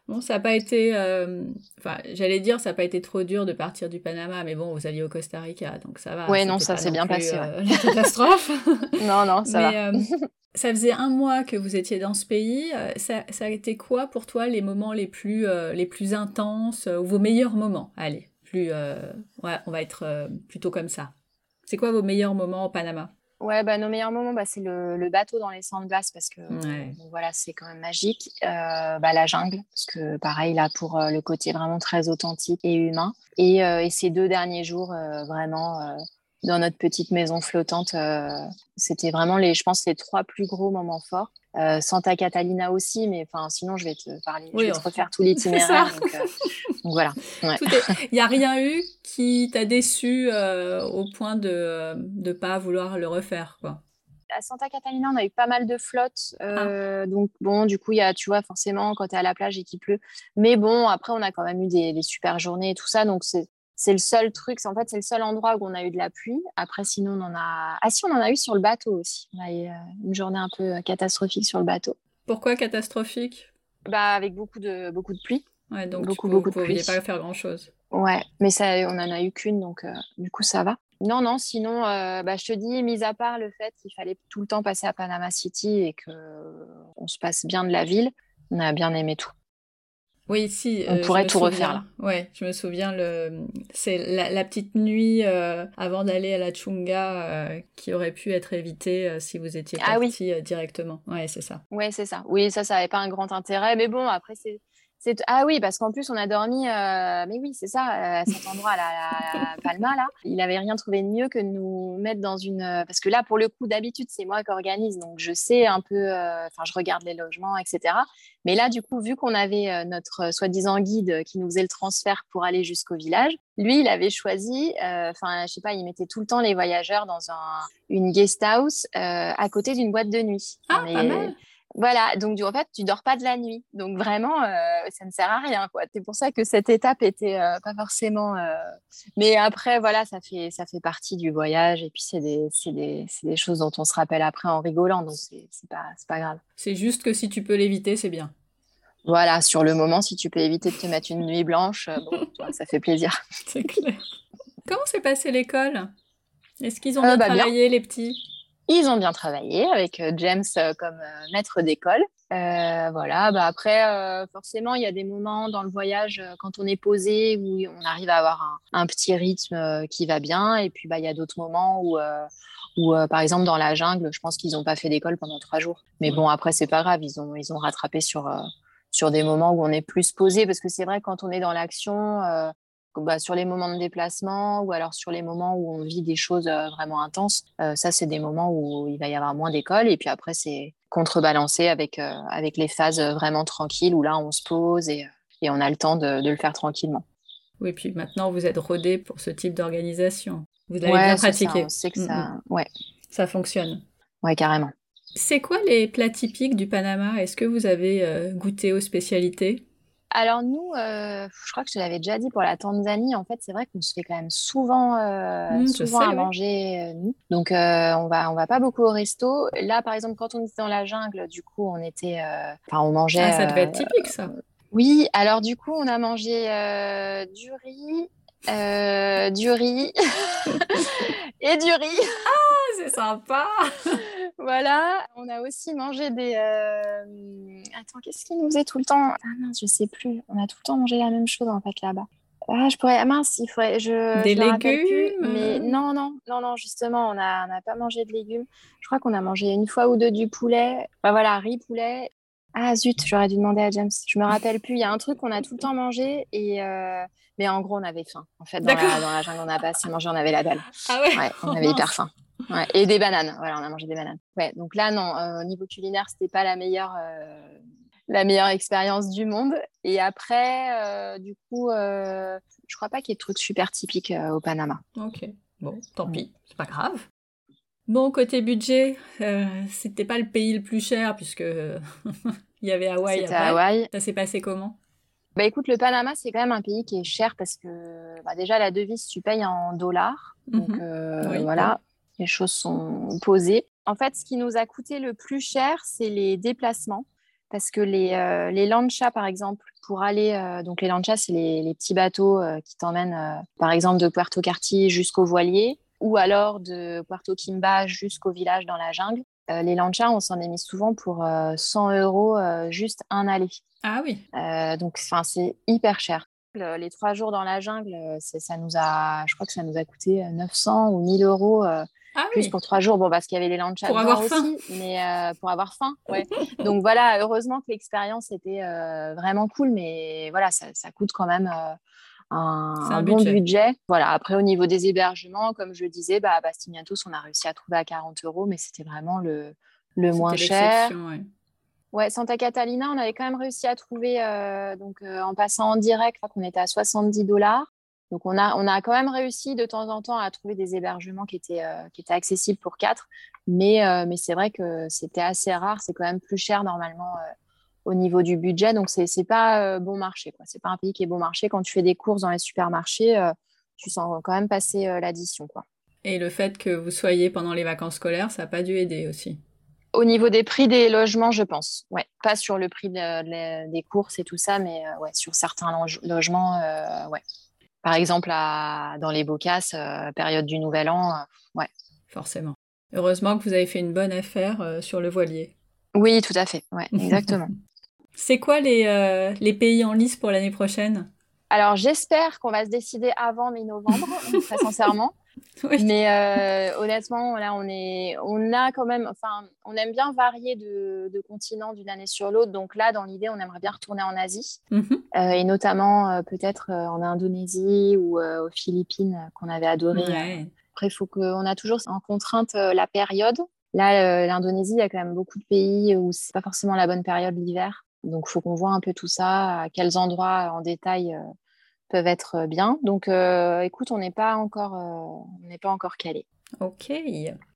Bon, ça n'a pas été... Enfin, j'allais dire, ça n'a pas été trop dur de partir du Panama, mais bon, vous alliez au Costa Rica, donc ça va, Ouais, non, c'était ça pas s'est non bien plus passé, ouais. la catastrophe. Non, non, ça Mais va. ça faisait un mois que vous étiez dans ce pays. Ça a été quoi pour toi les moments les plus intenses, ou vos meilleurs moments? Allez, ouais, on va être plutôt comme ça. C'est quoi vos meilleurs moments au Panama? Ouais, bah, nos meilleurs moments, bah, c'est le bateau dans les sands de glace parce que Ouais. bon, voilà, c'est quand même magique. Bah, la jungle, parce que pareil, là, pour le côté vraiment très authentique et humain. Et ces 2 derniers jours, vraiment, dans notre petite maison flottante, c'était vraiment, je pense, les 3 plus gros moments forts. Santa Catalina aussi, mais enfin, sinon, je Oui, vais te enfin, refaire tout c'est ça. l'itinéraire. Donc voilà. Ouais. Il y a rien eu qui t'a déçu au point de pas vouloir le refaire, quoi. À Santa Catalina, on a eu pas mal de flottes. Ah, Donc, bon, du coup, tu vois, forcément, quand tu es à la plage et qu'il pleut. Mais bon, après, on a quand même eu des super journées et tout ça. Donc, c'est le seul truc. En fait, c'est le seul endroit où on a eu de la pluie. Après, sinon, on en a. Ah, si, on en a eu sur le bateau aussi. On a eu une journée un peu catastrophique sur le bateau. pourquoi catastrophique? Bah, avec beaucoup de pluie. Ouais, donc Beaucoup de pouviez pas pluie. faire grand-chose. Ouais, mais ça, on en a eu qu'une, donc du coup, ça va. Non, non, sinon, bah, je te dis, mis à part le fait qu'il fallait tout le temps passer à Panama City et que on se passe bien de la ville, on a bien aimé tout. Oui, si, On je pourrait me tout refaire là. souviens. Ouais, je me souviens c'est la petite nuit avant d'aller à la Chunga qui aurait pu être évitée si vous étiez Ah oui, parti directement. Ouais, c'est ça. ouais, c'est ça. Oui, ça avait pas un grand intérêt, mais bon, après, Ah oui, parce qu'en plus, on a dormi, mais oui, c'est ça, à cet endroit, là, à Palma, là. Il avait rien trouvé de mieux que de nous mettre dans une. Parce que là, pour le coup, d'habitude, c'est moi qui organise, donc je sais un peu. Enfin, je regarde les logements, etc. Mais là, du coup, vu qu'on avait notre soi-disant guide qui nous faisait le transfert pour aller jusqu'au village, lui, il avait choisi. Enfin, je sais pas, il mettait tout le temps les voyageurs dans une guest house à côté d'une boîte de nuit. Non, Ah, pas mais mal. voilà, donc en fait, tu dors pas de la nuit. Donc vraiment, ça ne sert à rien, quoi. C'est pour ça que cette étape était pas forcément. Mais après, voilà, ça fait partie du voyage. Et puis, c'est des choses dont on se rappelle après en rigolant. Donc, c'est pas grave. C'est juste que si tu peux l'éviter, c'est bien. Voilà, sur le moment, si tu peux éviter de te mettre une nuit blanche, bon, tu vois, ça fait plaisir. C'est clair. Comment s'est passée l'école? Est-ce qu'ils ont bien Bah bien, travaillé, les petits? ils ont bien travaillé avec James comme maître d'école. Voilà, bah après, forcément, il y a des moments dans le voyage quand on est posé où on arrive à avoir un petit rythme qui va bien. Et puis, bah, il y a d'autres moments où par exemple, dans la jungle, je pense qu'ils n'ont pas fait d'école pendant 3 jours. Mais Ouais. bon, après, c'est pas grave, ils ont rattrapé sur des moments où on est plus posé. Parce que c'est vrai, quand on est dans l'action, bah, sur les moments de déplacement ou alors sur les moments où on vit des choses vraiment intenses, ça, c'est des moments où il va y avoir moins d'école. Et puis après, c'est contrebalancé avec les phases vraiment tranquilles où là, on se pose et on a le temps de le faire tranquillement. Oui, puis maintenant, vous êtes rodé pour ce type d'organisation. Vous l'avez bien Ouais, c'est ça. On pratiqué. sait que Mm, mm. ça. Ouais, Ça fonctionne. ouais, carrément. C'est quoi les plats typiques du Panama? Est-ce que vous avez goûté aux spécialités? Alors nous, je crois que je te l'avais déjà dit pour la Tanzanie, en fait, c'est vrai qu'on se fait quand même souvent, Je souvent à sais, oui. manger, nous. Donc, on va pas beaucoup au resto. Là, par exemple, quand on était dans la jungle, du coup, enfin, on Ah, mangeait. ça devait être typique, ça. Oui, alors du coup, on a mangé du riz et du riz. Ah, c'est sympa! Voilà. On a aussi mangé des. Attends, qu'est-ce qu'il nous faisait tout le temps? Ah mince, je sais plus. On a tout le temps mangé la même chose en fait là-bas. Ah, je pourrais. Ah, mince, il faudrait. Des Je me rappelle plus. légumes? Mais non, non, non, non. Justement, on n'a pas mangé de légumes. Je crois qu'on a mangé une fois ou deux du poulet. Bah voilà, riz, poulet. Ah zut, j'aurais dû demander à James. Je me rappelle plus. Il y a un truc qu'on a tout le temps mangé mais en gros, on avait faim. En fait, dans D'accord. la jungle, on n'a pas assez mangé, on avait la dalle. Ah ouais? Ouais, on Oh avait hyper mince. faim. Ouais, et des bananes. Voilà, on a mangé des bananes. Ouais, donc là, non, au niveau culinaire, c'était pas la meilleure expérience du monde. Et après, du coup, je crois pas qu'il y ait de trucs super typiques au Panama. Ok. Bon, tant Mm. pis. C'est pas grave. Bon, côté budget, c'était pas le pays le plus cher puisque il y avait Hawaï C'était à après. Hawaï. Ça s'est passé comment? Bah écoute, le Panama, c'est quand même un pays qui est cher parce que bah, déjà, la devise, tu payes en dollars. Donc Mhm. Oui, bon. voilà, les choses sont posées. En fait, ce qui nous a coûté le plus cher, c'est les déplacements. parce que les lanchas, par exemple, pour aller... donc les lanchas, c'est les petits bateaux qui t'emmènent, par exemple, de Puerto Carti jusqu'au Voilier, ou alors de Puerto Quimba jusqu'au village dans la jungle. Les lanchas, on s'en est mis souvent pour 100 euros juste un aller. Ah oui. Donc, c'est hyper cher. Les 3 jours dans la jungle, je crois que ça nous a coûté 900 ou 1000 euros Ah juste oui. pour 3 jours. Bon, parce qu'il y avait les lanchas Pour dedans avoir faim. aussi, mais pour avoir faim, ouais. Donc voilà, heureusement que l'expérience était vraiment cool, mais voilà, ça coûte quand même C'est un un bon budget. budget. Voilà, après, au niveau des hébergements, comme je le disais, à Bastimientos, on a réussi à trouver à 40 euros, mais c'était vraiment le moins C'était cher. l'exception, ouais. Ouais, Santa Catalina, on avait quand même réussi à trouver, en passant en direct, je crois qu'on était à 70 $. Donc, on a quand même réussi de temps en temps à trouver des hébergements qui étaient accessibles pour quatre. Mais c'est vrai que c'était assez rare. C'est quand même plus cher normalement au niveau du budget. Donc, c'est pas bon marché, quoi. C'est pas un pays qui est bon marché. Quand tu fais des courses dans les supermarchés, tu sens quand même passer l'addition, quoi. Et le fait que vous soyez pendant les vacances scolaires, ça n'a pas dû aider aussi. Au niveau des prix des logements, je pense. Ouais, pas sur le prix des courses et tout ça, mais ouais, sur certains logements, ouais. Par exemple, dans les Bocasses, période du Nouvel An, ouais. Forcément. Heureusement que vous avez fait une bonne affaire sur le voilier. Oui, tout à fait. Ouais, exactement. C'est quoi les pays en lice pour l'année prochaine? Alors, j'espère qu'on va se décider avant mi-novembre, très sincèrement. Oui. Mais honnêtement, là, on a quand même, enfin, on aime bien varier de continents d'une année sur l'autre. Donc là, dans l'idée, on aimerait bien retourner en Asie, Mhm. et notamment peut-être en Indonésie ou aux Philippines, qu'on avait adoré. Ouais, Après, il faut qu'on a toujours en contrainte la période. Là, l'Indonésie, il y a quand même beaucoup de pays où c'est pas forcément la bonne période l'hiver. Donc, il faut qu'on voit un peu tout ça, à quels endroits en détail peuvent être bien. Donc, écoute, on n'est pas encore calé. ok.